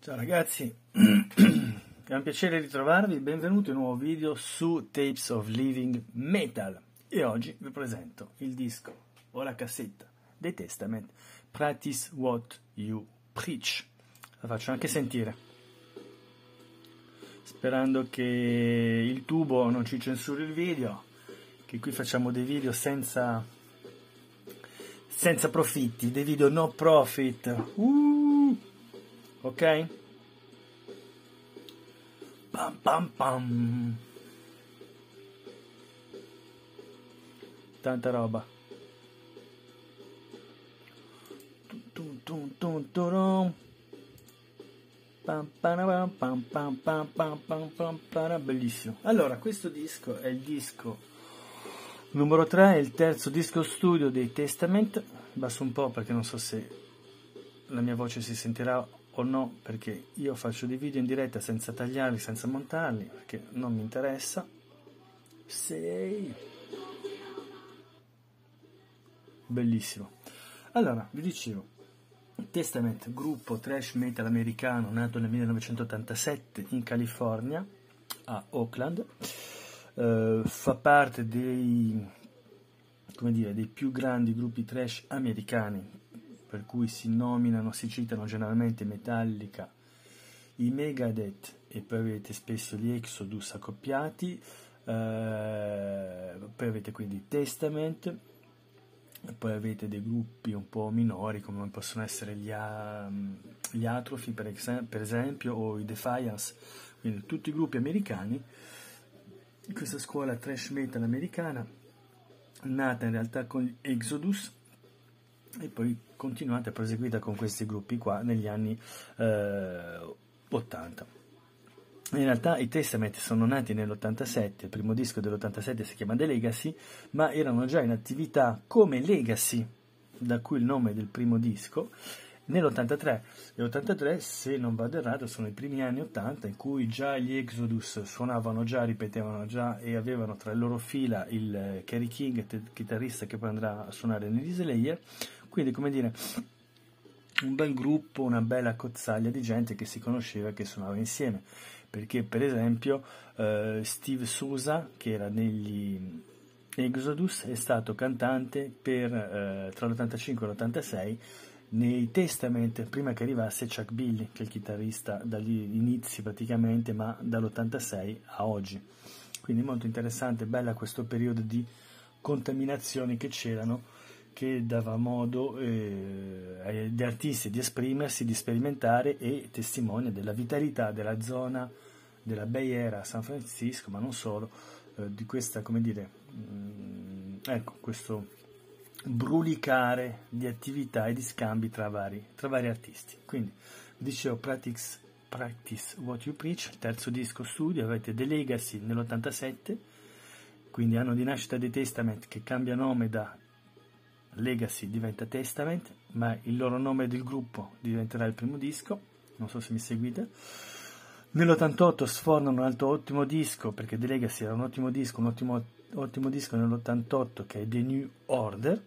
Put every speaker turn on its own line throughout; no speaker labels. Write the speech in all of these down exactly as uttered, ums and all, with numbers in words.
Ciao ragazzi, è un piacere ritrovarvi, benvenuti a un nuovo video su Tapes of Living Metal e oggi vi presento il disco o la cassetta dei Testament, Practice What You Preach. La faccio anche sentire, sperando che il tubo non ci censuri il video, che qui facciamo dei video senza, senza profitti, dei video no profit. Uh! Ok? Pam pam pam. Tanta roba. Tum, tum, tum, tum, pam, pam, pam, pam, pam, pam, pam, pam, pam. Bellissimo. Allora, questo disco è il disco numero tre, è il terzo disco studio dei Testament. Basso un po' perché non so se la mia voce si sentirà o no, perché io faccio dei video in diretta senza tagliarli, senza montarli, perché non mi interessa. Sei bellissimo. Allora, vi dicevo, Testament, gruppo thrash metal americano nato nel millenovecentottantasette in California, a Oakland, eh, fa parte dei, come dire, dei più grandi gruppi thrash americani, per cui si nominano, si citano generalmente Metallica, i Megadeth e poi avete spesso gli Exodus accoppiati, eh, poi avete quindi Testament, e poi avete dei gruppi un po' minori come possono essere gli, gli Atrophy per, ex- per esempio, o i Defiance, quindi tutti i gruppi americani. Questa scuola thrash metal americana nata in realtà con gli Exodus e poi continuata e proseguita con questi gruppi qua negli anni eh, ottanta. In realtà i Testament sono nati nell'ottantasette, il primo disco dell'ottantasette si chiama The Legacy, ma erano già in attività come Legacy, da cui il nome del primo disco, nell'ottantatré. E ottantatré, se non vado errato, sono i primi anni ottanta in cui già gli Exodus suonavano già, ripetevano già e avevano tra le loro fila il Kerry King, chitarrista che poi andrà a suonare negli Slayer. Quindi, come dire, un bel gruppo, una bella cozzaglia di gente che si conosceva e che suonava insieme. Perché, per esempio, eh, Steve Sousa, che era negli Exodus, è stato cantante per, eh, tra l'ottantacinque e l'ottantasei nei Testament, prima che arrivasse Chuck Billy, che è il chitarrista dagli inizi praticamente, ma dall'ottantasei a oggi. Quindi molto interessante, bella questo periodo di contaminazioni che c'erano, che dava modo eh, agli artisti di esprimersi, di sperimentare, e testimonia della vitalità della zona della Bay Area, San Francisco, ma non solo, eh, di questa, come dire, mh, ecco, questo brulicare di attività e di scambi tra vari, tra vari artisti. Quindi, dicevo, Practice, Practice What You Preach, terzo disco studio, avete The Legacy nell'ottantasette, quindi anno di nascita dei Testament, che cambia nome da Legacy diventa Testament, ma il loro nome del gruppo diventerà il primo disco, non so se mi seguite. Nell'ottantotto sfornano un altro ottimo disco, perché The Legacy era un ottimo disco, un ottimo, ottimo disco nell'ottantotto che è The New Order,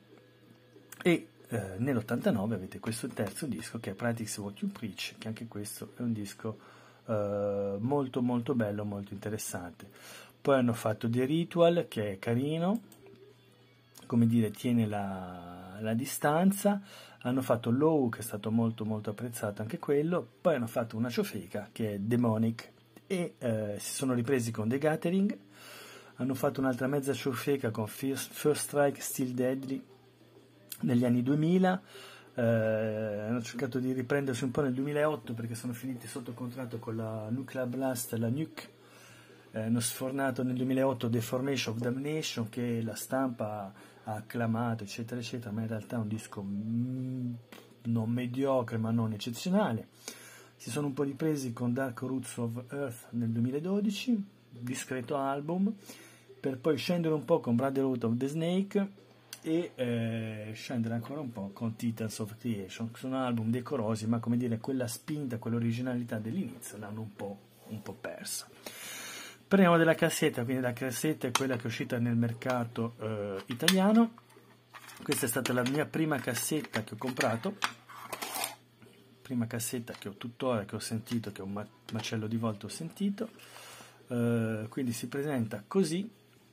e eh, nell'ottantanove avete questo terzo disco che è Practice What You Preach, che anche questo è un disco eh, molto molto bello, molto interessante. Poi hanno fatto The Ritual, che è carino, come dire, tiene la, la distanza. Hanno fatto Low, che è stato molto molto apprezzato anche quello. Poi hanno fatto una ciofeca che è Demonic, e eh, si sono ripresi con The Gathering. Hanno fatto un'altra mezza ciofeca con First, First Strike Still Deadly negli anni duemila. Eh, hanno cercato di riprendersi un po' nel duemilaotto, perché sono finiti sotto contratto con la Nuclear Blast, la Nuke. Eh, hanno sfornato nel duemilaotto The Formation of Damnation, che la stampa ha acclamato, eccetera eccetera, ma in realtà è un disco mm, non mediocre ma non eccezionale. Si sono un po' ripresi con Dark Roots of Earth nel duemiladodici, discreto album, per poi scendere un po' con Brotherhood of the Snake e eh, scendere ancora un po' con Titans of Creation. Sono album decorosi, ma, come dire, quella spinta, quell'originalità dell'inizio l'hanno un po', un po' persa. Parliamo della cassetta, quindi la cassetta è quella che è uscita nel mercato eh, italiano. Questa è stata la mia prima cassetta che ho comprato, prima cassetta che ho tuttora, che ho sentito, che un macello di volte ho sentito. Uh, quindi si presenta così.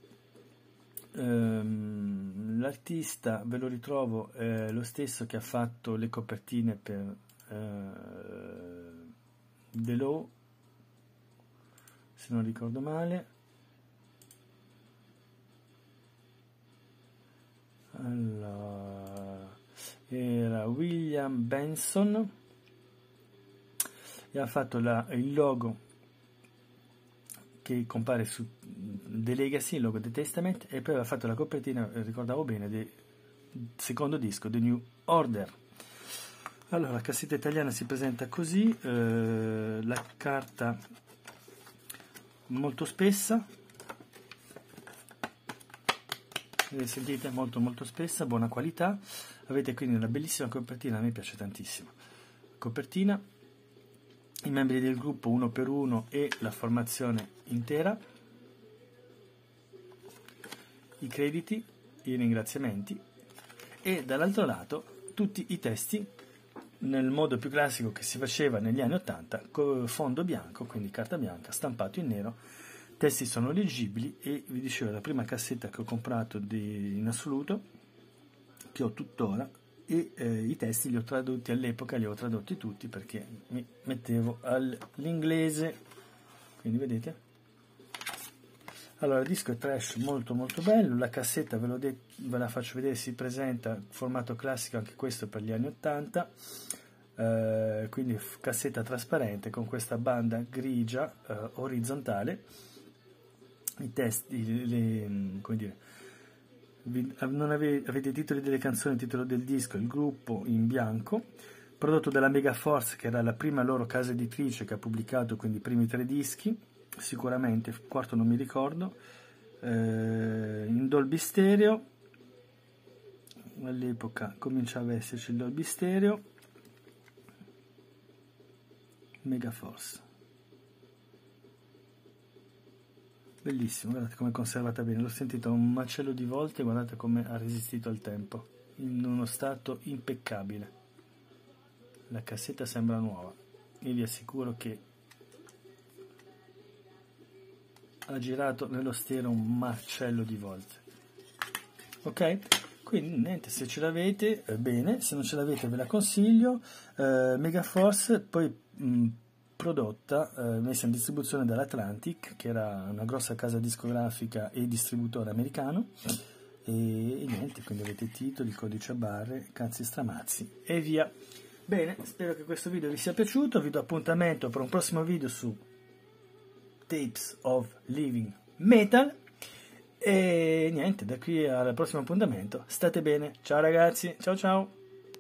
Um, l'artista, ve lo ritrovo, è lo stesso che ha fatto le copertine per uh, The Law, se non ricordo male. Allora, era William Benson e ha fatto la, il logo che compare su The Legacy, il logo The Testament, e poi aveva fatto la copertina, ricordavo bene, del secondo disco, The New Order. Allora, la cassetta italiana si presenta così, eh, la carta molto spessa, eh, sentite, molto molto spessa, buona qualità. Avete quindi una bellissima copertina, a me piace tantissimo. Copertina, i membri del gruppo uno per uno e la formazione intera, i crediti, i ringraziamenti e dall'altro lato tutti i testi nel modo più classico che si faceva negli anni ottanta, con fondo bianco, quindi carta bianca, stampato in nero. I testi sono leggibili e vi dicevo, la prima cassetta che ho comprato di, in assoluto, che ho tuttora, e eh, i testi li ho tradotti all'epoca, li ho tradotti tutti perché mi mettevo all'inglese, quindi vedete. Allora, il disco è trash molto molto bello, la cassetta ve, ve la faccio vedere, si presenta formato classico, anche questo per gli anni ottanta, eh, quindi cassetta trasparente con questa banda grigia eh, orizzontale, i testi, le, come dire, non avete, avete i titoli delle canzoni, il titolo del disco, il gruppo in bianco, prodotto dalla Megaforce, che era la prima loro casa editrice che ha pubblicato quindi i primi tre dischi, sicuramente, il quarto non mi ricordo, eh, in Dolby Stereo, all'epoca cominciava a esserci il Dolby Stereo, Megaforce. Bellissimo, guardate come è conservata bene, l'ho sentito un macello di volte, guardate come ha resistito al tempo, in uno stato impeccabile. La cassetta sembra nuova, io vi assicuro che ha girato nello stereo un macello di volte. Ok? Quindi niente, se ce l'avete bene, se non ce l'avete ve la consiglio. eh, Megaforce, poi mh, prodotta, eh, messa in distribuzione dall'Atlantic, che era una grossa casa discografica e distributore americano, e, e niente, quindi avete i titoli, il codice a barre, cazzi stramazzi e via. Bene, spero che questo video vi sia piaciuto, vi do appuntamento per un prossimo video su Tapes of Living Metal e niente, da qui al prossimo appuntamento, state bene, ciao ragazzi, ciao ciao!